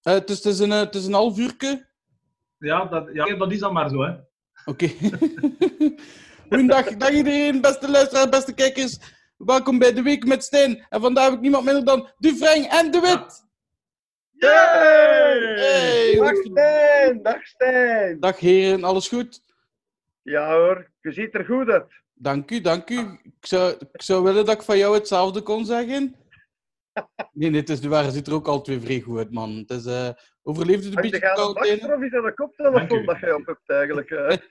Het is een half uurtje. Ja, dat is dan maar zo, hè. Oké. Goedendag, dag iedereen, beste luisteraars, beste kijkers. Welkom bij De Week met Stijn. En vandaag heb ik niemand minder dan Dufresne en De Wit. Yay! Hey, Dag Stijn, dag Stijn. Dag heren, alles goed? Ja hoor, je ziet er goed uit. Dank u, dank u. Ik zou willen dat ik van jou hetzelfde kon zeggen. Nee, het is de waar. Je ziet er ook al twee vrij goed uit, man. Het is, overleefde het een Hangt beetje de koud bakster in? of is dat een Dank koptelefoon u. dat je op hebt eigenlijk?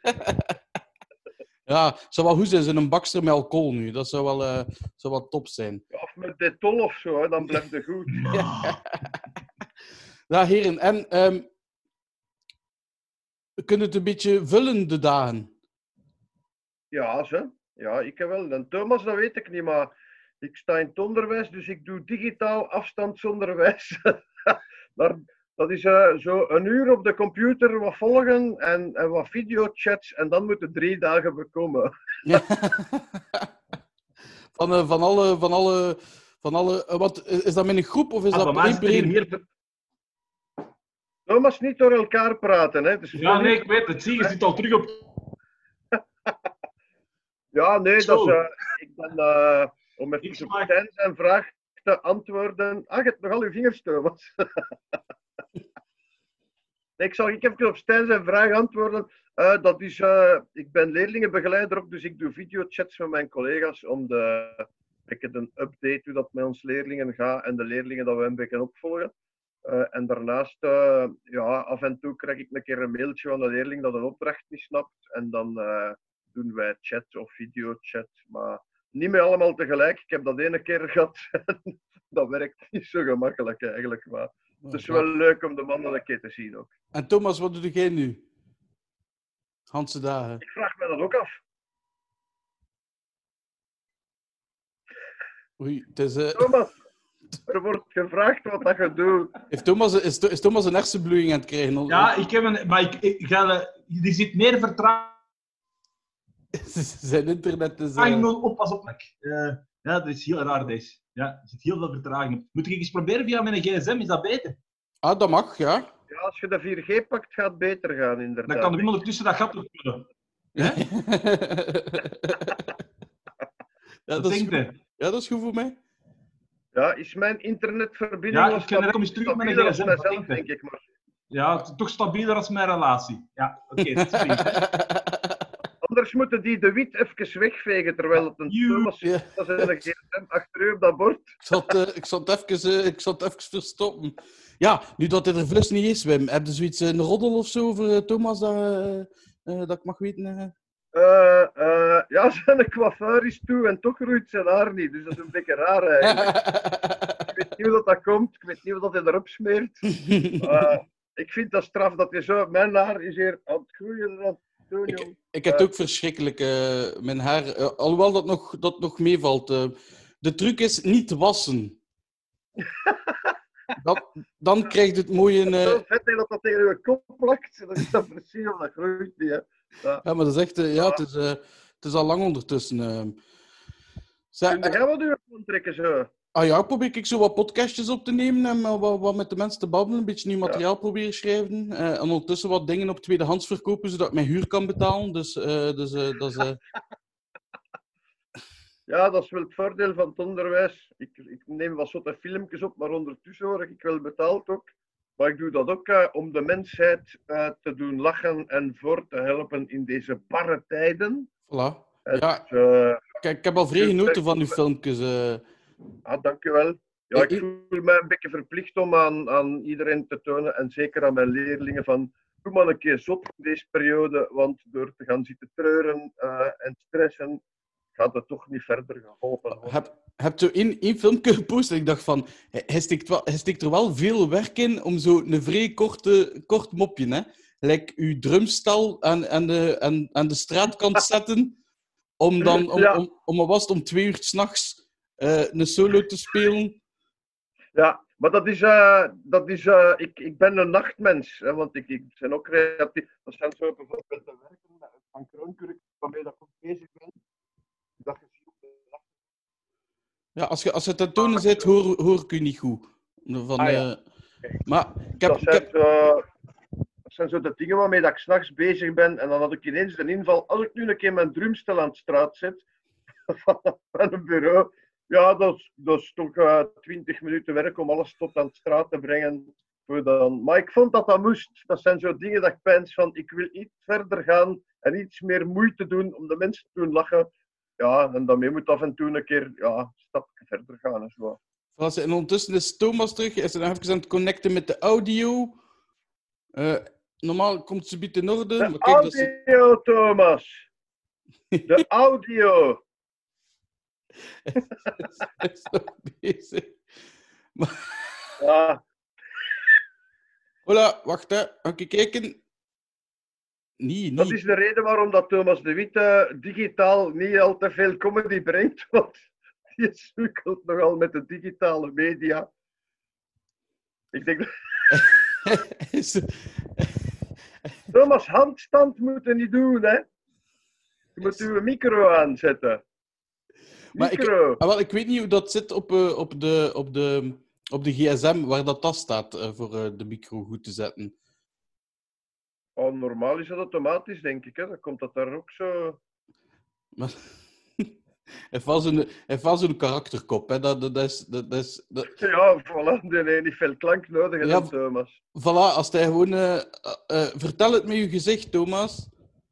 Ja, het zou wel goed zijn. Zo'n een bakster met alcohol nu. Dat zou wel top zijn. Of met detol of zo, hè, dan blijft het goed. Ja, heren. En we kunnen het een beetje vullen, de dagen. Ja, zo. Ja, ik heb wel. En Thomas, dat weet ik niet, maar ik sta in het onderwijs, dus ik doe digitaal afstandsonderwijs. Dat is zo een uur op de computer wat volgen en wat videochats en dan moeten 3 dagen bekomen. Van alle... Wat, is dat met een groep of is Bij dat mij één zit per er hier één? meer... Thomas, niet door elkaar praten, hè. Dus Ja, nee, ik weet het. Zie, je zit al terug op... Ja, nee, Zo. dat is... ik ben... om Ik even op smaak- Stijn zijn vraag te antwoorden... Ah, je hebt nog al je vingers, Thomas. Nee, ik even op Stijn zijn vraag antwoorden. Dat is... ik ben leerlingenbegeleider ook, dus ik doe videochats met mijn collega's om ik heb een update hoe dat met ons leerlingen gaat en de leerlingen dat we een beetje opvolgen. En daarnaast, ja, af en toe krijg ik een keer een mailtje van een leerling dat een opdracht niet snapt. En dan doen wij chat of videochat. Maar niet meer allemaal tegelijk. Ik heb dat ene keer gehad. Dat werkt niet zo gemakkelijk eigenlijk. Maar het is wel leuk om de mannen een keer te zien ook. En Thomas, wat doe jij nu? Hanse dagen. Ik vraag me dat ook af. Oei, het is... Thomas, er wordt gevraagd wat dat je doet. Is Thomas een hersenbloeding aan het krijgen? Ja, ik heb een... Maar er zit meer vertraging Zijn internet is... op. Pas op. Ja, dat is heel raar, deze. Ja, er zit heel veel vertraging op. Moet ik eens proberen via mijn gsm? Is dat beter? Ah, dat mag, ja. Ja, als je de 4G pakt, gaat het beter gaan, inderdaad. Dan kan er iemand ertussen dat gat opvullen. Ja, Wat dat is denkt goed. hij? Ja, dat is goed voor mij. Ja, is mijn internetverbinding... Ja, was ik ken er kom eens terug op mijn stabieler als gsm. mijzelf, Wat denkt denk ik. Maar Ja, toch stabieler als mijn relatie. Ja, oké, dat is vriend. anders moeten die de wit even wegvegen, terwijl het een Joe. Thomas Ja. dat is een gsm achter u op dat bord. Ik zal het even verstoppen. Ja, nu dat dit er vlus niet is, Wim, heb je zoiets, een roddel of zo over Thomas dat ik mag weten? Ja, zijn coiffeur is toe en toch groeit zijn haar niet. Dus dat is een beetje raar eigenlijk. Ik weet niet hoe dat komt, ik weet niet hoe dat hij erop smeert. Ik vind dat straf dat je zo... Mijn haar is hier aan het groeien. Ik heb het ook verschrikkelijk, mijn haar, alhoewel dat nog meevalt. De truc is niet wassen. Dan krijg je het mooie... Zo vet dat dat tegen je kop plakt. Dat is dat precies, want dat groeit niet. Hè. Ja. Ja, maar dat is echt... het is al lang ondertussen. Kun jij wat uur trekken zo? Ja, probeer ik zo wat podcastjes op te nemen en wat met de mensen te babbelen. Een beetje nieuw materiaal proberen schrijven. En ondertussen wat dingen op tweedehands verkopen, zodat ik mijn huur kan betalen. Dus dat is... Ja, dat is wel het voordeel van het onderwijs. Ik neem wat soorten filmpjes op, maar ondertussen word ik wel betaald ook. Maar ik doe dat ook om de mensheid te doen lachen en voor te helpen in deze barre tijden. Voilà. Dus, Ja, kijk, ik heb al vrij genoten van uw filmpjes. dankjewel. Ja, ik voel mij een beetje verplicht om aan iedereen te tonen, en zeker aan mijn leerlingen, van doe maar een keer zot in deze periode, want door te gaan zitten treuren en stressen, gaat het toch niet verder geholpen worden. Heb je één filmpje gepost en ik dacht van, hij steekt er wel veel werk in om zo een vrij kort mopje, hè? Like uw drumstal aan de straatkant zetten, om dan, om 2 uur 's nachts een solo te spelen. Ja, maar ik ben een nachtmens, hè, want ik ben ook creatief. Dat zijn zo bijvoorbeeld de werken van Kroonkurk, waarmee dat ik ook bezig ben. Dat je ziet op de nacht. Ja, als je ten tonen zit, hoor ik u niet goed. Maar ik Dat heb... zijn zo de dingen waarmee dat ik 's nachts bezig ben. En dan had ik ineens de inval. Als ik nu een keer mijn drumstel aan de straat zet. Van een bureau. Ja, dat is toch 20 minuten werk om alles tot aan de straat te brengen. Maar ik vond dat dat moest. Dat zijn zo dingen dat ik pijns van. Ik wil iets verder gaan. En iets meer moeite doen om de mensen te doen lachen. Ja, en daarmee moet af en toe een keer een stapje verder gaan. En zo. En ondertussen is Thomas terug. Is er nog even aan het connecten met de audio. Normaal komt ze biedt in orde. De Maar kijk, dat is... audio, Thomas. De audio. is nog bezig. Ja, Voilà, wacht hè. Ga ik kijken? Nee, dat niet. is de reden waarom dat Thomas de Witte digitaal niet al te veel comedy brengt. Want die sukkelt nogal met de digitale media. Ik denk dat... Thomas, handstand moet je niet doen, hè. Je moet uw micro aanzetten. Maar Micro. ik weet niet hoe dat zit op de gsm, waar dat staat voor de micro goed te zetten. Oh, normaal is dat automatisch, denk ik. Hè. Dan komt dat daar ook zo... Maar... Hij valt zo'n karakterkop, hè. Dat is... Ja, voilà. Die heeft niet veel klank nodig, hè, Ja, Thomas. Voilà, als hij gewoon... vertel het met je gezicht, Thomas.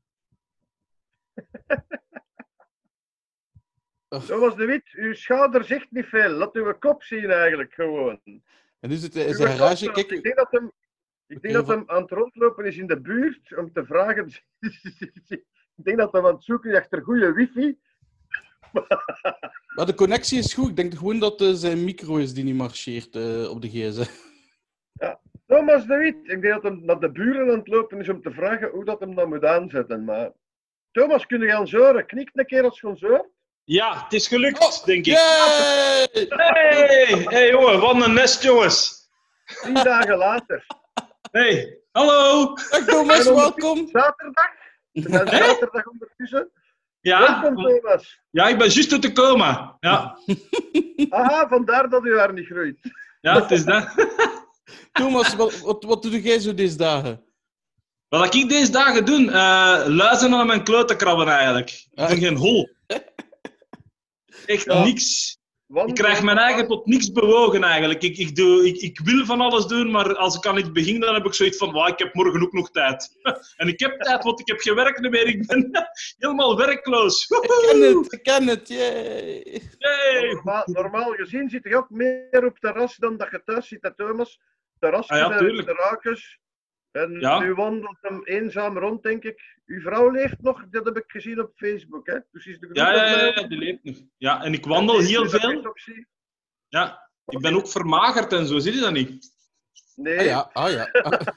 Thomas de Wit, uw schouder zegt niet veel. Laat uw kop zien eigenlijk gewoon. En nu zit hij in Uw zijn garage. kop, Kijk, ik denk dat hem aan het rondlopen is in de buurt om te vragen. Ik denk dat hij aan het zoeken is achter goede wifi. maar de connectie is goed. Ik denk gewoon dat zijn micro is die niet marcheert op de gsm. Thomas de Wit, ik denk dat hij naar de buren aan het lopen is om te vragen hoe dat hem dat moet aanzetten. Maar... Thomas, kun je gaan zeuren? Knik een keer als je zeurt. Ja, het is gelukt, denk ik. Yay! Hey jongen, wat een nest, jongens. 10 dagen later. Hey, hallo. Dag Thomas, welkom. Zaterdag. We zijn zaterdag ondertussen. Ja, Welkom, Thomas. ja, ik ben juist uit te komen. Ja, Aha, vandaar dat uw haar niet groeit. ja, het is dat. Thomas, wat doe jij zo deze dagen? Wat ik deze dagen doe, luisteren naar mijn kleuterkrabben eigenlijk. Ik ben geen hol. Echt Ja. niks. Want- Ik krijg mijn eigen tot niks bewogen eigenlijk. Ik wil van alles doen, maar als ik aan iets begin, dan heb ik zoiets van, ik heb morgen ook nog tijd. En ik heb tijd, want ik heb geen werk meer. Ik ben helemaal werkloos. Ik ken het, yay. Yay. Normaal gezien zit je ook meer op terras dan dat je thuis zit, hè, Thomas. Terras Ah ja, met tuurlijk. de raakjes. En Ja. u wandelt hem eenzaam rond, denk ik. Uw vrouw leeft nog, dat heb ik gezien op Facebook. Hè? Dus is de Ja, die leeft nog. Ja, en ik wandel heel veel. Ja, ik ben ook vermagerd en zo, zie je dat niet? Nee, Ah ja.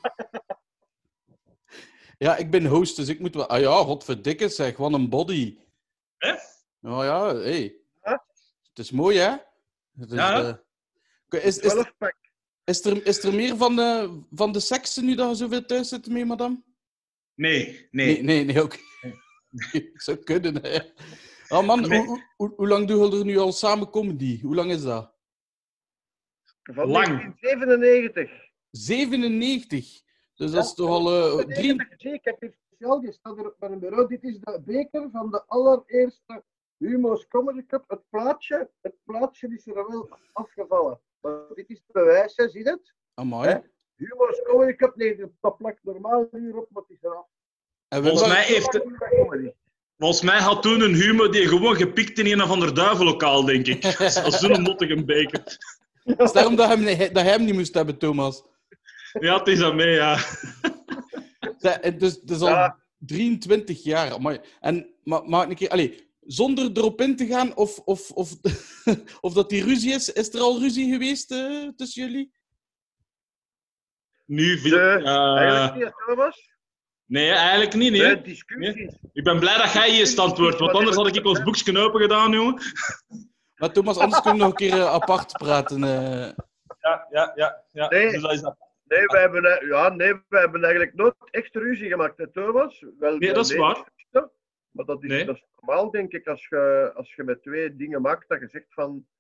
Ja, ik ben host, dus ik moet wel... Ah ja, godverdikke zeg, wat een body. Hè? Nou ja, hey. Huh? Het is mooi, hè? Het is, Ja. is er meer van de seksen nu dat je zoveel thuis zit mee, madame? Nee. Nee, ook. Zou kunnen, hè. Oh man, Nee. hoe lang doen we er nu al samen comedy? Hoe lang is dat? Van Lang. 1997. 97. Dus dat is toch al... Ik heb hier speciaal, die staat er op mijn bureau. Dit is de beker van de allereerste Humo's Comedy Cup. Het plaatje is er wel afgevallen. Maar dit is het bewijs, hè, zie je het? Amai. Hè? Humo's Comedy Cup, nee, dat plakt normaal hierop, maar het is eraf. En Volgens mij had toen een Humo die gewoon gepikt in een of ander duivenlokaal, denk ik. Als zo'n mottige beker. Het is daarom dat hij hem niet moest hebben, Thomas. Ja, het is aan mij, ja. Dus het is al 23 jaar. Amai. En maar een keer... Allee, zonder erop in te gaan of dat die ruzie is. Is er al ruzie geweest tussen jullie? Nu viel... Eigenlijk niet, Thomas. Nee, eigenlijk niet, nee. Nee, discussies. Nee. Ik ben blij dat jij hier stand wordt, want anders had ik ons boekje open gedaan, jongen. Maar Thomas, anders kunnen we nog een keer apart praten. Ja. Nee. Dus dat is dat. Nee, we hebben eigenlijk nooit echt ruzie gemaakt, hè, Thomas. Wel, Nee, dat is waar. Maar dat is, Nee. dat is normaal, denk ik, als je met twee dingen maakt, dat je zegt van...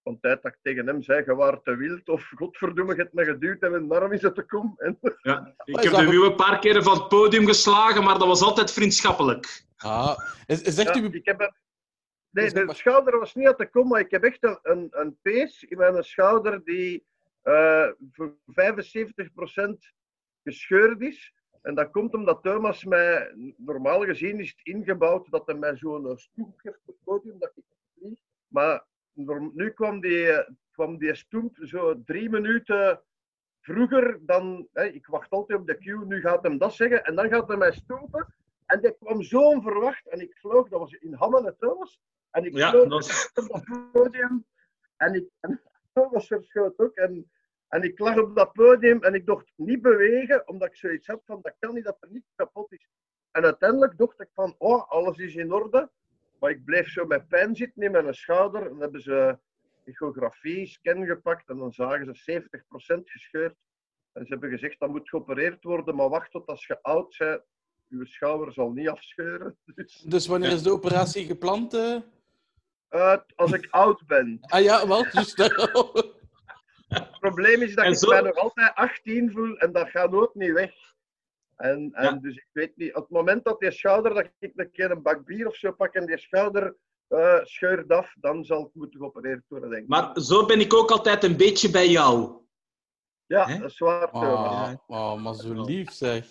Van tijd dat ik tegen hem zei, je waart te wild, of godverdomme, je hebt me geduwd en mijn arm is het te kom. En... Ja, ik heb de Wim een paar keren van het podium geslagen, maar dat was altijd vriendschappelijk. Zegt u... ik heb nee, de schouder was niet uit de kom, maar ik heb echt een pees in mijn schouder die voor 75% gescheurd is. En dat komt omdat Thomas mij, normaal gezien is het ingebouwd dat hij mij zo'n stoep geeft op het podium, dat ik vlieg. Maar nu kwam die stoep zo 3 minuten vroeger dan... ik wacht altijd op de cue, nu gaat hem dat zeggen. En dan gaat hij mij stoepen. En die kwam zo onverwacht. En ik vloog, dat was in Hammen en Thomas. En ik vloog op dat podium. En Thomas verschoot ook. En ik lag op dat podium en ik dacht niet bewegen, omdat ik zoiets had van, dat kan niet, dat er niets kapot is. En uiteindelijk dacht ik van, alles is in orde. Maar ik bleef zo met pijn zitten in mijn schouder. En dan hebben ze echografie, scan gepakt en dan zagen ze 70% gescheurd. En ze hebben gezegd, dat moet geopereerd worden, maar wacht tot als je oud bent. Uw schouder zal niet afscheuren. Dus wanneer is de operatie gepland? Als ik oud ben. Ah ja, wel, juist. Het probleem is dat ik mij nog altijd 18 voel en dat gaat ook niet weg. En dus ik weet niet, op het moment dat die schouder, dat ik een keer een bak bier of zo pak en die schouder scheurt af, dan zal het moeten geopereerd worden, denk ik. Maar zo ben ik ook altijd een beetje bij jou. Ja, Hè? dat is waar, Thomas. Maar zo lief zeg.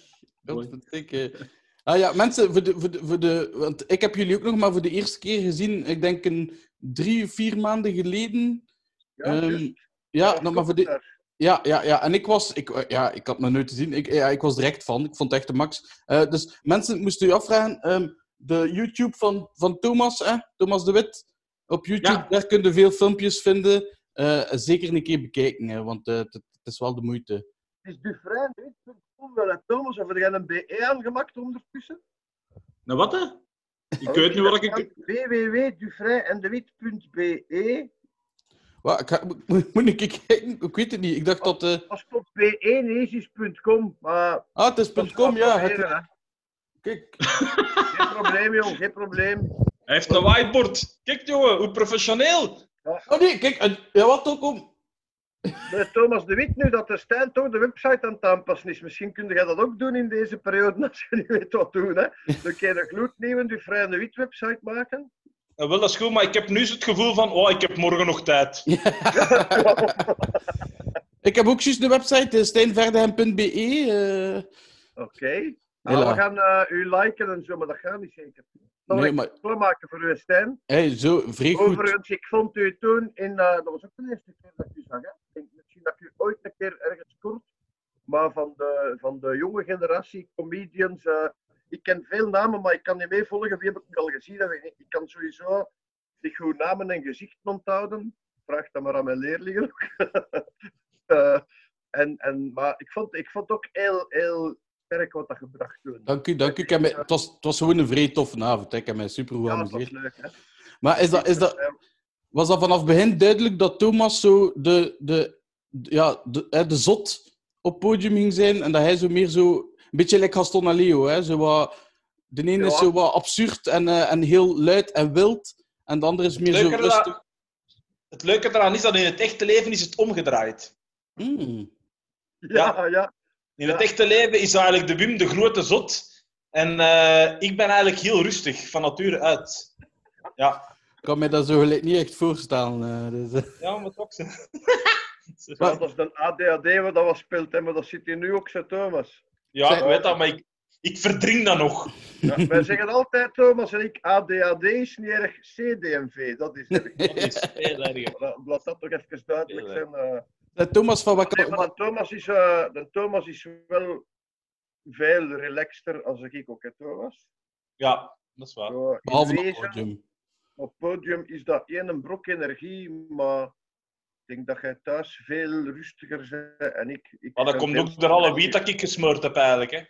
Ja, mensen, want ik heb jullie ook nog maar voor de eerste keer gezien, ik denk 3 of 4 maanden geleden. Maar voor de... Ja, en ik had me nooit gezien. Ik was direct van. Ik vond het echt de max. Dus mensen moesten u afvragen. De YouTube van Thomas, Thomas de Wit. Op YouTube, daar kun je veel filmpjes vinden. Zeker een keer bekijken, want het is wel de moeite. Het is Dufresne.com, Thomas, of heb jij een BE aangemaakt ondertussen? Nou, wat hè? Ik weet niet wat ik... www.dufresneendewit.be. Moet ik kijken? Ik weet het niet. Ik dacht dat... Als het op be.nesis.com, maar... het is .com, ja. Kijk. Geen probleem, jong, geen probleem. Hij heeft een whiteboard. Kijk, jongen, hoe professioneel. Ja. Oh nee, kijk. Ja, wat ook om... Thomas de Wit, nu dat de Stijn toch de website aan het aanpassen is, misschien kun jij dat ook doen in deze periode, als je niet weet wat doen, hè. Dan kun je een gloednieuwe Dufresne de Wit website maken. Wel, dat is goed, maar ik heb nu het gevoel van, ik heb morgen nog tijd. Ik heb ook juist de website, steinverdehem.be. Oké. We gaan u liken en zo, maar dat gaat niet zeker. Zal ik klaarmaken voor u, Stijn? Zo, vrij goed. Overigens, ik vond u toen dat was ook de eerste keer dat ik u zag, hè. Ik denk misschien dat ik u ooit een keer ergens kort, maar van de jonge generatie comedians... ik ken veel namen, maar ik kan niet meevolgen. Wie heb ik al gezien? Dat weet ik niet. Ik kan sowieso zich goed namen en gezichten onthouden. Vraag dat maar aan mijn leerlingen. Maar ik vond ook heel sterk wat dat gebracht toen. Dank u. Het was gewoon een vrij toffe avond. Ik heb mij super goed geamuseerd. Ja, dat was leuk, hè. Maar was dat vanaf het begin duidelijk dat Thomas zo de zot op podium ging zijn en dat hij zo meer zo... Een beetje like Gaston en Leo, hè? De ene is zo wat absurd en heel luid en wild, en de andere is meer zo rustig. Het leuke eraan is dat in het echte leven is het omgedraaid. Ja. In het echte leven is eigenlijk de Wim de grote zot. En ik ben eigenlijk heel rustig, van nature uit. Ja. Ik kan me dat zo gelijk niet echt voorstellen. Ja, maar toch zo. Dat is de ADHD wat dat was speelt, hè, maar dat zit hier nu ook zo, Thomas. Ja, ik weet dat, maar ik verdring dat nog. Ja, wij zeggen altijd, Thomas en ik, ADHD is niet erg, CDMV, dat is erg. Dat is heel erg. Laat dat toch even duidelijk zijn. Thomas van wat... De Thomas is wel veel relaxter als ik ook, hè, Thomas. Ja, dat is waar. Behalve op podium. Op podium is dat een brok energie, maar ik denk dat jij thuis veel rustiger bent en ik... Maar dat komt ook door alle wiet dat ik gesmeurd heb, eigenlijk, hè.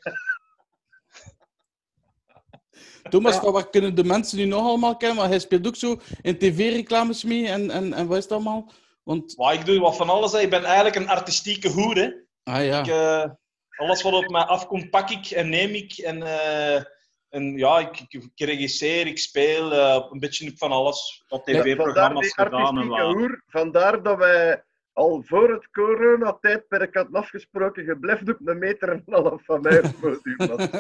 Thomas, van waar kunnen de mensen nu nog allemaal kennen? Maar hij speelt ook zo in tv-reclames mee en wat is dat allemaal? Want... Maar ik doe wat van alles, hè. Ik ben eigenlijk een artistieke hoer, hè. Ah ja. Alles wat op mij afkomt, pak ik en neem ik. En En ja, ik regisseer, ik speel een beetje van alles. Wat Vandaar tv-programma's die gedaan en artistieke wat. hoer. Vandaar dat wij al voor het coronatijdperk hadden afgesproken. Je blijft op 1,5 meter van mij op het podium.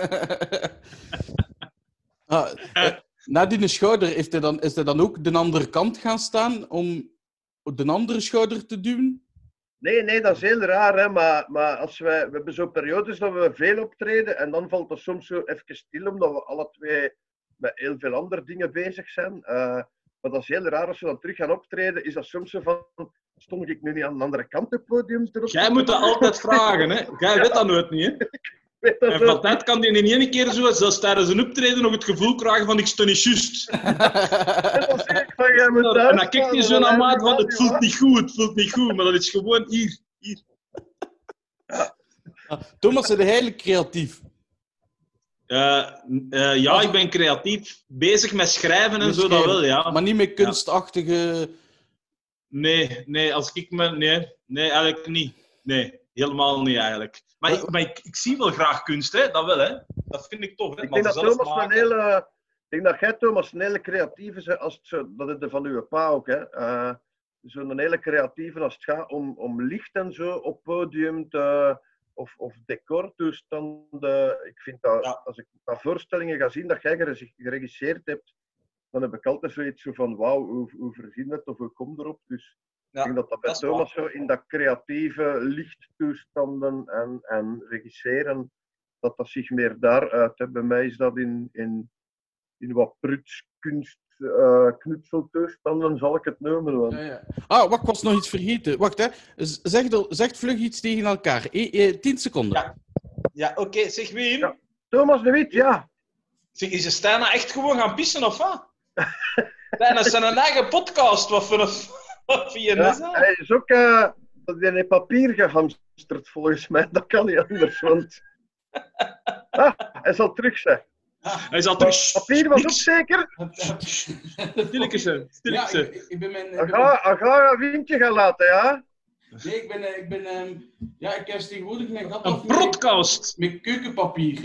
Na die schouder is hij dan ook de andere kant gaan staan om de andere schouder te duwen? Nee, dat is heel raar. Hè? Maar als we hebben zo periodes dat we veel optreden en dan valt het soms zo even stil, omdat we alle twee met heel veel andere dingen bezig zijn. Maar dat is heel raar. Als we dan terug gaan optreden, is dat soms zo van... Stond ik nu niet aan de andere kant op het podium? Jij moet dat altijd vragen, hè? Jij weet dat nooit niet, hè? En van tijd kan die in één keer zo, zelfs tijdens een optreden, nog het gevoel krijgen van ik sta niet juist. En dan zeg ik van, jij moet En dan kijkt hij zo naar mij van het voelt niet goed, maar dat is gewoon hier. Thomas, is eigenlijk creatief? Ja, ik ben creatief bezig met schrijven en zo, dat wel, ja. Maar niet met kunstachtige... Nee, als ik me... Nee, eigenlijk niet. Nee, helemaal niet eigenlijk. Maar ik zie wel graag kunst, hè? Dat wel, hè? Dat vind ik tof, hè? Ik denk dat Thomas ik denk dat jij, Thomas, een hele creatieve bent, als het zo, dat is de van uw pa ook, hè. Zo'n hele creatieve als het gaat om licht en zo op podium of decortoestanden. Ik vind dat, als ik naar voorstellingen ga zien dat jij geregisseerd hebt, dan heb ik altijd zoiets zo van, wauw, hoe verzin het of hoe kom erop. Dus ik denk dat bij Thomas zo in dat creatieve lichttoestanden en regisseren, dat zich meer daaruit. Hè. Bij mij is dat in wat pruts, kunst, knutseltoestanden, zal ik het noemen. Want... Ja. Wacht, ik was nog iets vergeten. Wacht, hè. Zeg vlug iets tegen elkaar. 10 seconden. Ja, oké. Zeg Wim. Ja. Thomas de Wit, ja. Zeg, is de Stijna echt gewoon gaan pissen, of wat? Stijna zijn een eigen podcast. Wat voor een is dat? Hij is ook in papier gehamsterd, volgens mij. Dat kan niet anders, want... hij zal terug zijn. Hij zal terug... Papier was ook zeker? Stilletjes. Ja, ik ben mijn... Ga een windje gaan laten, ja? Nee, ik heb tegenwoordig mijn gat Een af podcast! met keukenpapier.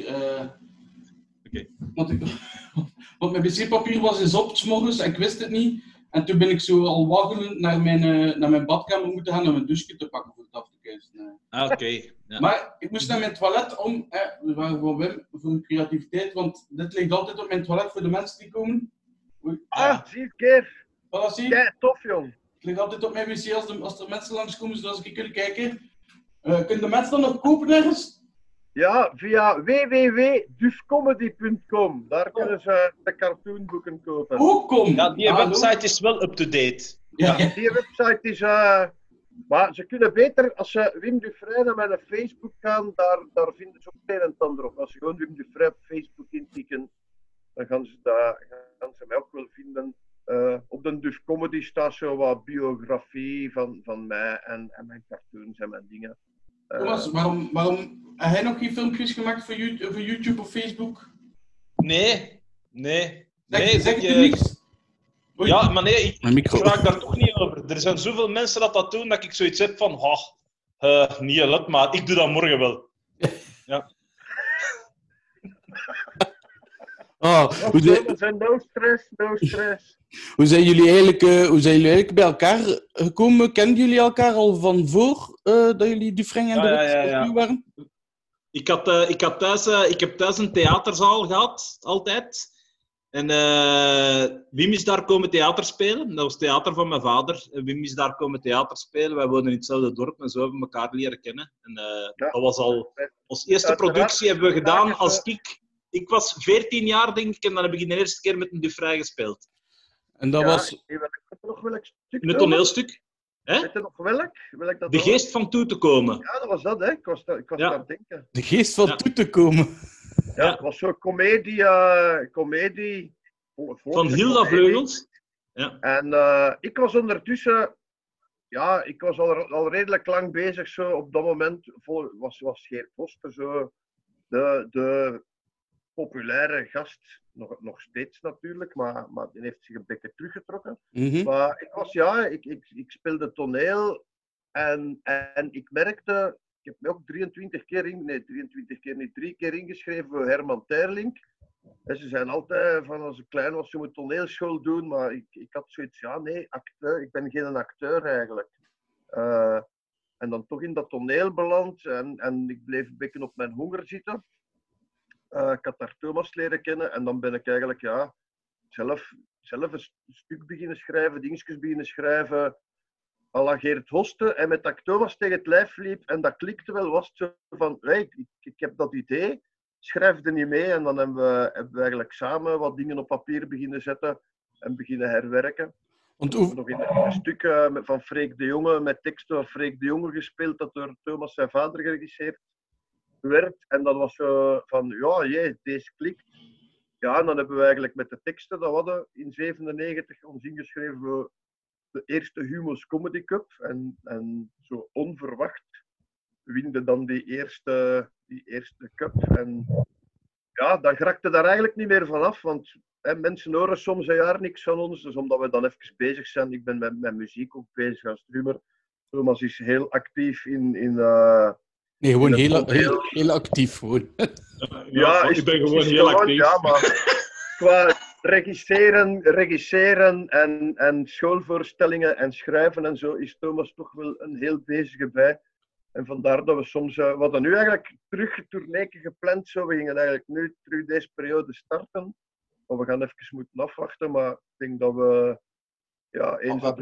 Oké. Want mijn wc-papier was eens op 's morgens en ik wist het niet. En toen ben ik zo al waggelend naar mijn badkamer moeten gaan om een douche te pakken voor het af te kuisen. Oké. Ja. Maar ik moest naar mijn toilet om, we waren van Wim voor uw creativiteit, want dit ligt altijd op mijn toilet voor de mensen die komen. Zie je keer. Voilà, zie je? Kijk, tof, jong. Het ligt altijd op mijn wc als er mensen langskomen, zodat ik kunnen kijken. Kunnen de mensen dan nog kopen ergens? Ja, via www.dufcomedy.com. Daar kunnen ze de cartoonboeken kopen. Ook kom! Ja, die website is wel up-to-date. Ja. Die website is... maar ze kunnen beter, als ze Wim Dufresne naar mijn Facebook gaan, daar vinden ze ook het een en ander op. Als ze gewoon Wim Dufresne op Facebook intikken, dan gaan ze mij ook wel vinden. Op de Duf Comedy staat zo wat biografie van mij en mijn cartoons en mijn dingen. Thomas, waarom heb jij nog geen filmpjes gemaakt voor YouTube of Facebook? Nee. Zeg je niks? Oei. Ja, maar nee, ik micro. raak daar toch niet over. Er zijn zoveel mensen dat doen, dat ik zoiets heb van... niet let maar, ik doe dat morgen wel. Ja. No stress. Hoe zijn jullie eigenlijk bij elkaar gekomen? Kenden jullie elkaar al van voor dat jullie Dufresne en de Wit waren? Ik heb thuis een theaterzaal gehad, altijd. En Wim is daar komen theater spelen. Dat was het theater van mijn vader. En Wim is daar komen theater spelen. Wij woonden in hetzelfde dorp en zo hebben we elkaar leren kennen. En dat was al... Onze eerste productie hebben we gedaan als ik was 14 jaar, denk ik, en dan heb ik de eerste keer met een Dufresne gespeeld. En dat was... Nog welk stuk? Een toneelstuk. Weet je nog welk dat De geest van toe te komen. Ja, dat was dat, hè. Ik was daar aan het denken. De geest van toe te komen. Ja, het was zo'n comedie. Van Hilda Vleugels. Ja. En ik was ondertussen... Ja, ik was al redelijk lang bezig, zo. Op dat moment was Geert Koster zo de populaire gast. Nog steeds natuurlijk, maar die heeft zich een beetje teruggetrokken. Mm-hmm. Maar ik speelde toneel en ik merkte... Ik heb me ook 3 keer ingeschreven voor Herman Terlink. En ze zijn altijd van als ik klein was, je moet toneelschool doen, maar ik had zoiets, ja nee, acteur, ik ben geen acteur eigenlijk. En dan toch in dat toneel beland en ik bleef een beetje op mijn honger zitten. Ik had daar Thomas leren kennen en dan ben ik eigenlijk zelf een stuk beginnen schrijven, dingetjes beginnen schrijven, à la Geert Hoste. En met dat ik Thomas tegen het lijf liep en dat klikte wel, was het zo van, hey, ik heb dat idee, schrijf er niet mee. En dan hebben we eigenlijk samen wat dingen op papier beginnen zetten en beginnen herwerken. Want We hebben nog in een stuk van Freek de Jonge, met teksten van Freek de Jonge gespeeld, dat door Thomas zijn vader geregisseerd werd. En dat was zo van, deze klikt. Ja, en dan hebben we eigenlijk met de teksten dat we hadden in 1997 ons ingeschreven voor de eerste Humo's Comedy Cup. En zo onverwacht winde dan die eerste cup. En ja, dan geraakte daar eigenlijk niet meer vanaf, want mensen horen soms een jaar niks van ons, dus omdat we dan even bezig zijn. Ik ben met muziek ook bezig als drummer. Thomas is heel actief in nee, gewoon heel actief gewoon. Ik ben gewoon heel actief. Ja, maar qua regisseren en schoolvoorstellingen en schrijven en zo is Thomas toch wel een heel bezige bij. En vandaar dat we soms... we hadden nu eigenlijk terug tourneeken gepland. Zo. We gingen eigenlijk nu terug deze periode starten. Maar we gaan even moeten afwachten. Maar ik denk dat we... Ja, eens dat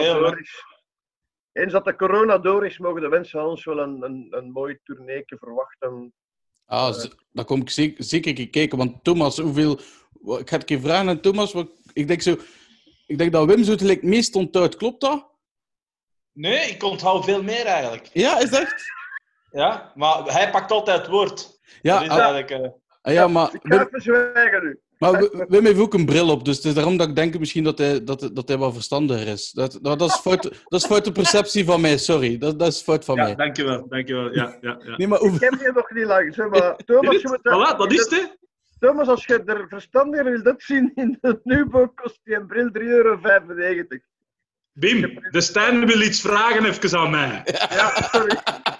de corona door is, mogen de mensen van ons wel een mooi tourneeke verwachten. Dan kom ik zeker kijken. Want Thomas, hoeveel... Ik ga het een keer vragen aan Thomas. Ik denk dat Wim zo gelijk meest onthoudt. Klopt dat? Nee, ik onthoud veel meer eigenlijk. Ja, is dat echt? Ja, maar hij pakt altijd het woord. Ja, dat is eigenlijk... maar... Ik ga even zwijgen nu. Maar Wim heeft ook een bril op, dus het is daarom dat ik denk misschien dat hij wel verstandiger is. Dat is foute perceptie van mij, sorry. Dat is fout van mij. Dankjewel. Ja. Nee, maar Ik heb je nog niet lang. Zeg maar, Thomas, Voilà, dat is het. Thomas, als je er verstand in wil dat zien in de Nubo, kost die een bril €3,95. Wim, de Stijn wil iets vragen even aan mij. Ja, sorry.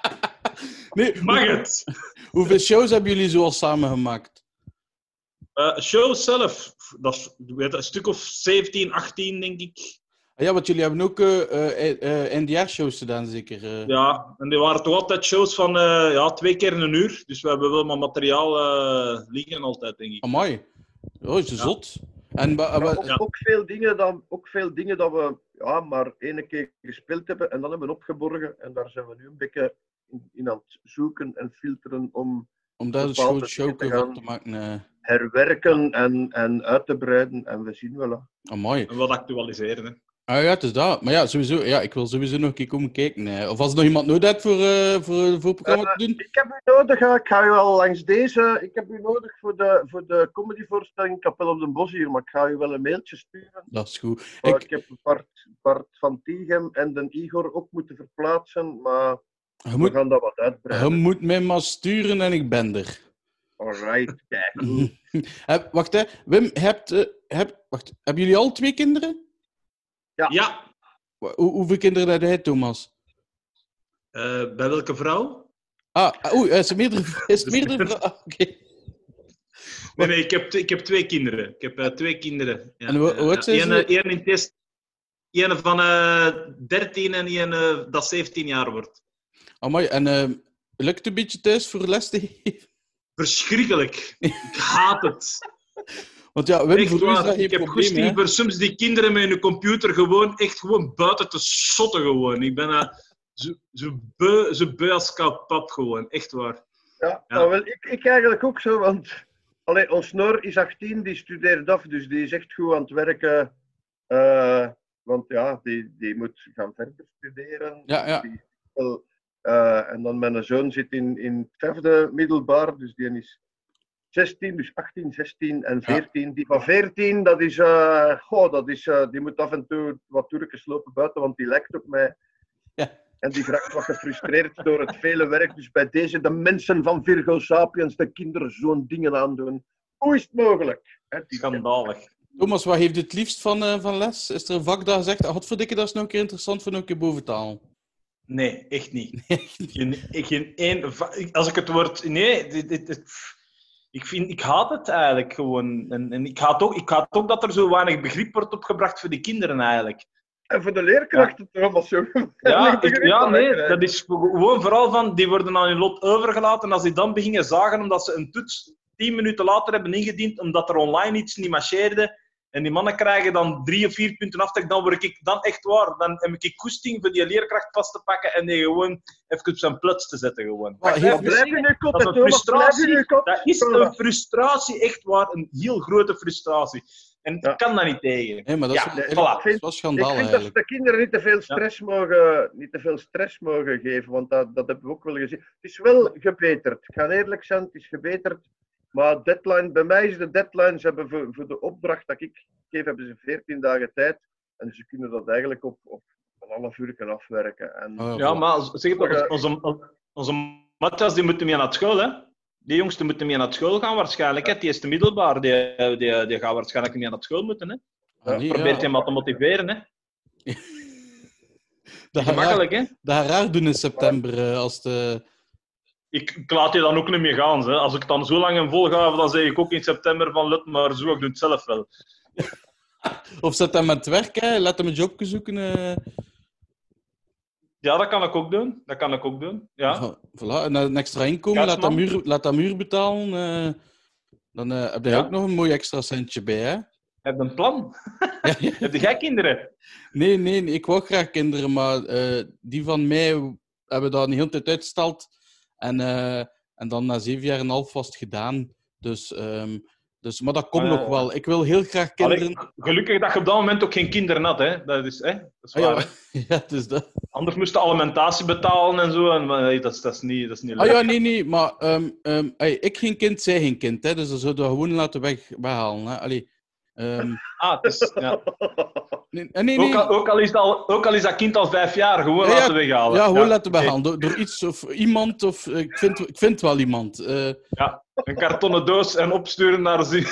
Nee, Mag het? Hoeveel shows hebben jullie zoal samen gemaakt? Shows zelf, dat is een stuk of 17, 18 denk ik. Ja, want jullie hebben ook NDR-shows gedaan, zeker? Ja, en die waren toch altijd shows van 2 keer een uur. Dus we hebben wel maar materiaal liggen altijd, denk ik. Amai. Oh, is zot. En, ook veel dingen dat we maar 1 keer gespeeld hebben en dan hebben we opgeborgen. En daar zijn we nu een beetje in aan het zoeken en filteren om daar een show van te maken. Herwerken en uit te breiden. En we zien wel. Amai. En wat actualiseren, hè. Ja, het is dat. Maar ja, sowieso. Ja, ik wil sowieso nog een keer komen kijken. Of als er nog iemand nodig heeft voor het programma te doen? Ik heb u nodig. Ik ga u al langs deze... Ik heb u nodig voor de comedyvoorstelling Kapel op den Bos hier. Maar ik ga u wel een mailtje sturen. Dat is goed. Ik heb Bart van Tichem en de Igor ook moeten verplaatsen. Maar we gaan dat wat uitbreiden. Je moet mij maar sturen en ik ben er. Alright, kijk. Wacht, hè. Wim, hebben jullie al 2 kinderen? Ja. Hoeveel kinderen heb jij, Thomas? Bij welke vrouw? Is het meerdere vrouwen? Oké. Nee, ik heb 2 kinderen. Ik heb 2 kinderen. Ja. En hoe oud zijn ze? Eén in test. Eén van 13 en één dat 17 jaar wordt. Amai, en lukt het een beetje thuis voor les te geven? Verschrikkelijk. Ik haat het. Want ja, Wim, voor u is dat geen ik heb probleem, goesting voor soms die kinderen met hun computer gewoon buiten te sotten gewoon. Ik ben zo beu als kapot gewoon. Echt waar. Ja. Nou, wel, ik eigenlijk ook zo, want ons Noor is 18, die studeert af, dus die is echt goed aan het werken. Want ja, die moet gaan verder studeren. Ja. En dan mijn zoon zit in het 5e middelbaar, dus die is 16, dus 18, 16 en 14. Ja. Die van 14, dat is, die moet af en toe wat toertjes lopen buiten, want die lijkt op mij. Ja. En die raakt wat gefrustreerd door het vele werk. Dus bij deze, de mensen van Virgo Sapiens, de kinderen zo'n dingen aandoen. Hoe is het mogelijk? Schandalig. Thomas, wat heeft het liefst van les? Is er een vak dat zegt, godverdikke, dat is nog een keer interessant voor nog een keer boven te halen? Nee, echt niet. Geen één... Als ik het woord... Nee, Ik haat het eigenlijk gewoon. En ik haat ook dat er zo weinig begrip wordt opgebracht voor die kinderen eigenlijk. En voor de leerkrachten toch allemaal zo. Nee, dat is gewoon vooral van, die worden aan hun lot overgelaten. En als die dan beginnen zagen omdat ze een toets 10 minuten later hebben ingediend, omdat er online iets niet marcheerde, en die mannen krijgen dan 3 of 4 punten aftrek, dan word ik dan echt waar. Dan heb ik koesting voor die leerkracht vast te pakken en die gewoon even op zijn plots te zetten. Gewoon. Maar Blijf in je kot, Thomas. Blijf in je kot. Dat is een frustratie, echt waar. Een heel grote frustratie. En ik kan daar niet tegen. Nee, maar dat is, voilà. dat is wel Ik schandaal vind dat ze eigenlijk. de kinderen niet te veel stress mogen geven, want dat hebben we ook wel gezien. Het is wel gebeterd. Ik ga eerlijk zijn, het is gebeterd. Maar deadline, bij mij is de deadline, ze hebben voor de opdracht dat ik geef, hebben ze 14 dagen tijd. En ze kunnen dat eigenlijk op een half uur kunnen afwerken. En, Ja, maar zeg het, onze Matthias die moeten mee naar school, hè? Die jongens die moeten mee naar school gaan waarschijnlijk. Hè? Die is te middelbaar, die gaat waarschijnlijk mee naar school moeten. Hè? Ah, nee, Probeert ja. hem wat te motiveren. Hè? Dat Gemakkelijk, hè? gaat raar doen in september. Als de... Ik laat je dan ook niet meer gaan. Hè? Als ik dan zo lang in volgave, dan zeg ik ook in september van let maar zo, ik doe het zelf wel. Of zet hem aan het werk, hè. Laat hem een jobje zoeken. Ja, dat kan ik ook doen. Ja. Voilà. En een extra inkomen, Kaatsman. laat dat muur betalen. Dan heb je ook nog een mooi extra centje bij, hè. Heb je een plan? Ja, ja. Heb jij kinderen? Nee, ik wou graag kinderen, maar die van mij hebben dat een hele tijd uitgesteld. En dan na 7 jaar en een half was het gedaan. Maar dat komt nog wel. Ik wil heel graag kinderen. Allee, gelukkig dat je op dat moment ook geen kinderen had. Hè? Dat is waar. Hè? Ja, dus dat. Anders moest je alimentatie betalen en zo. En, maar, dat is niet leuk. Ah ja, nee. Maar ik geen kind, zij geen kind. Hè, dus dat zouden we gewoon laten weghalen. Hè. Allee, het is... Ja. nee. Ook al is dat kind al 5 jaar, gewoon laten weghalen. Ja, gewoon laten weghalen. Door iets of iemand. Of, ik vind wel iemand. Ja, een kartonnen doos en opsturen naar ze.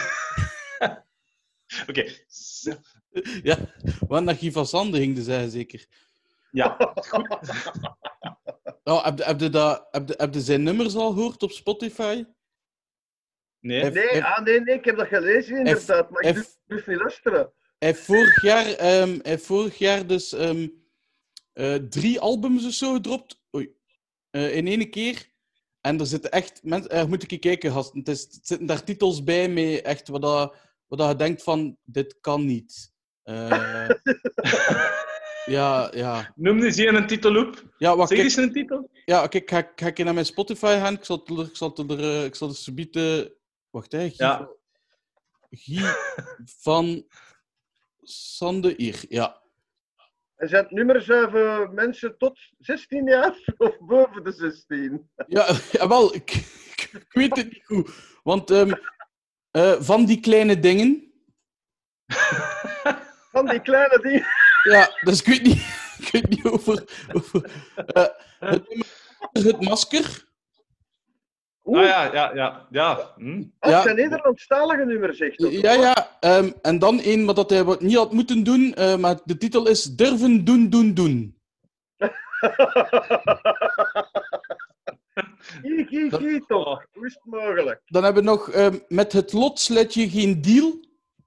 Oké. Ja, want naar Guy van Sande ging de zeggen zeker. Ja, goed. Oh, heb je zijn nummers al gehoord op Spotify? Nee. Nee, ik heb dat gelezen inderdaad, maar ik durf niet luisteren. Hij heeft vorig jaar dus 3 albums of zo gedropt. In één keer. En er zitten echt mensen... moet ik kijken, gasten. Er zitten daar titels bij met echt wat je denkt van... Dit kan niet. Ja. Noem eens hier een titel op. Ja, zeg eens een titel. Ja, kijk, ga ik naar mijn Spotify gaan. Ik zal er subiet... Wacht, hè. Guy van Sande hier, ja. En zijn het nummers voor mensen tot 16 jaar of boven de 16? Ja, wel, ik weet het niet goed. Want van die kleine dingen... Van die kleine dingen? Ja, dus ik weet niet over het masker. Ja. Dat zijn Nederlandstalige nummers, zegt ook. Ja. En dan een wat hij niet had moeten doen, maar de titel is Durven doen. Gie, toch. Hoe is het mogelijk? Dan hebben we nog Met het lot sluit je geen deal.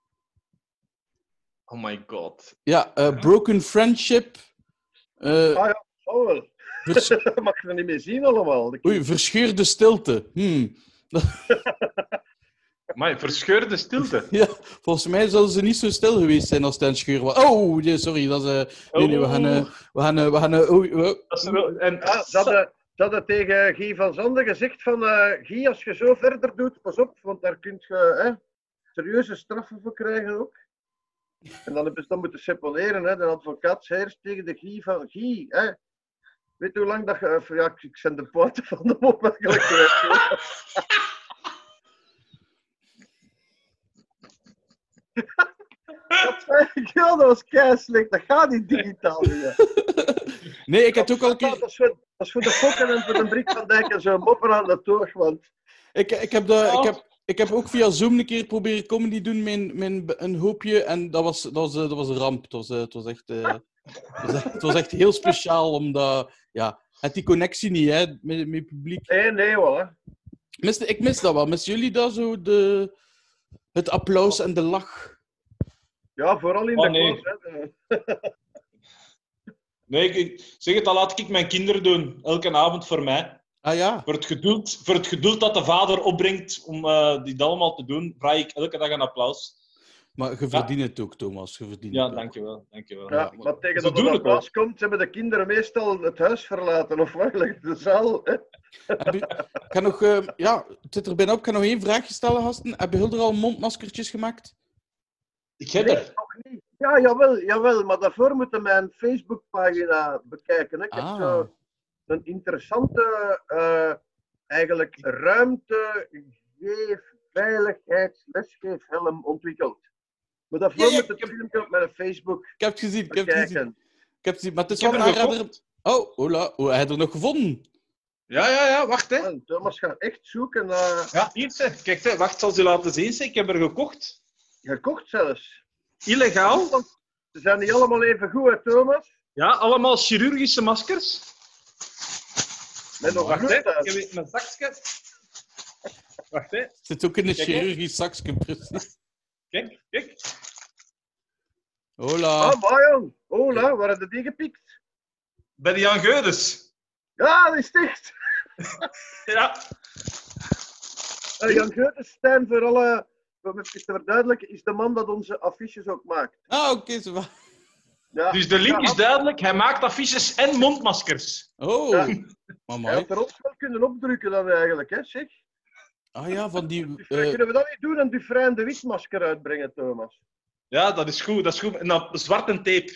Oh my god. Ja, Broken Friendship. Ja, wel. Dat mag je niet meer zien allemaal. Oei, verscheurde stilte. Maar verscheurde stilte. Ja, volgens mij zullen ze niet zo stil geweest zijn als het een scheur was. Oh, nee, sorry. Dat is, nee, we gaan... Ze hadden tegen Guy van Zande gezegd van... Guy, als je zo verder doet, pas op, want daar kun je serieuze straffen voor krijgen ook. En dan hebben ze dat moeten seponeren. Hè. De advocaat zei eerst tegen de Guy van... Guy, weet je hoe lang dat je... Ja, ik zend de poten van de mop eigenlijk kwijt. Dat was keislecht. Dat gaat niet digitaal meer. Nee, ik heb het ook al een keer... Dat is voor de fokken en voor de Brik van Dijk en zo'n mopper aan de toog, want... Ik heb ook via Zoom een keer proberen comedy doen met een hoopje en dat was een ramp. Het was echt heel speciaal, omdat... Ja, het die connectie niet, hè, met het publiek. Nee, hoor. Ik mis dat wel. Missen jullie dat zo? Het applaus en de lach? Ja, vooral in Oh, de nee. klas. Hè. Nee, zeg het, dat laat ik mijn kinderen doen. Elke avond voor mij. Ah ja. Voor het geduld dat de vader opbrengt om dit allemaal te doen, vraag ik elke dag een applaus. Maar je verdient het ook, Thomas. Je verdient Ja, het ook. dankjewel. dankjewel. Ja, maar tegen Ze dat doen het het applaus komt, hebben de kinderen meestal het huis verlaten. Of eigenlijk de zaal. Hè. Ik ga nog... ja, het zit er bijna op. Ik ga nog één vraagje stellen, gasten. Hebben jullie er al mondmaskertjes gemaakt? Ik heb Nee, er. nog niet. Ja, jawel. Maar daarvoor moeten we mijn Facebookpagina bekijken. Hè. Ik heb zo een interessante eigenlijk ruimte, lesgeefhelm ontwikkeld. Maar daarvoor Ja, moet het filmpje op mijn Facebook Ik heb het gezien. bekijken. Maar het is Ik heb wel een er aanrader... gekocht. Oh, hola. Oh, hij heeft er nog gevonden. Ja, wacht hè. En Thomas gaat echt zoeken naar... Ja, hier ze. Kijk, hè. Wacht, zal ze laten zien. Ze. Ik heb er gekocht. Gekocht zelfs. Illegaal. Want ze zijn niet allemaal even goed, hè, Thomas? Ja, allemaal chirurgische maskers. Met nog Wacht hè. bloed Ik uit. heb hier mijn zakje. Wacht hè. Het zit ook in een Kijk, hè. chirurgisch zakje, precies. Kijk. Hola. Ah, maar jong. Hola, waar hebben die gepikt? Bij de Jan Geudes. Ja, dat is dicht. Ja. Jan Geutenstein, voor alle... Om even te verduidelijken, is de man dat onze affiches ook maakt. Ah, oké. Zo va- Ja. Dus de link is duidelijk. Hij maakt affiches en mondmaskers. Oh. Ja. Amai. Hij had er ons wel kunnen opdrukken dan eigenlijk, hè, zeg. Ah ja, van die... Kunnen we dat niet doen, een Dufresne de Witmasker uitbrengen, Thomas? Ja, dat is goed. En dan zwart en tape.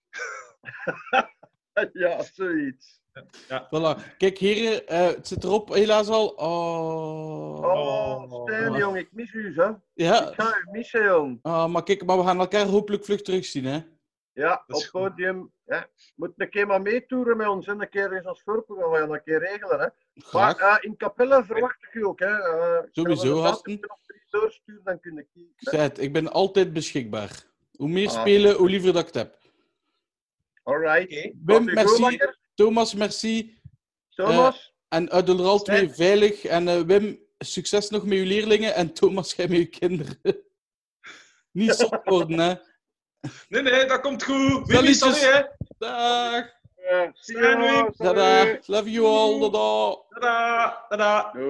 Ja, zoiets. Voilà. Kijk, heren, het zit erop helaas al. Oh. Oh, Stijn, jong, ik mis u, hè. Ja, Ik ga u missen, jong. maar kijk, maar we gaan elkaar hopelijk vlug terugzien, hè. Ja, Dat op is goed. podium. Ja. Moet een keer maar meetoeren met ons, en een keer eens als voorprogramma, we gaan een keer regelen, hè. Graag. Maar in Capelle verwacht ik u ook, hè. Sowieso, gasten. Als je nog 3 doorsturen, dan kun ik kiezen. Ik zei het, ik ben altijd beschikbaar. Hoe meer Ah. spelen, hoe liever dat ik het heb. Alright. Oké. Wim, Wat u merci. goed, Thomas, merci. Thomas? En uit er al twee Stijn. veilig. En Wim, succes nog met uw leerlingen. En Thomas, jij met uw kinderen. Niet zot worden, hè. Nee, dat komt goed. Salutjes. Willy, salut, hè. Dag. See Stijn, you. Wim. Tada. Love you all. Tada. Tada.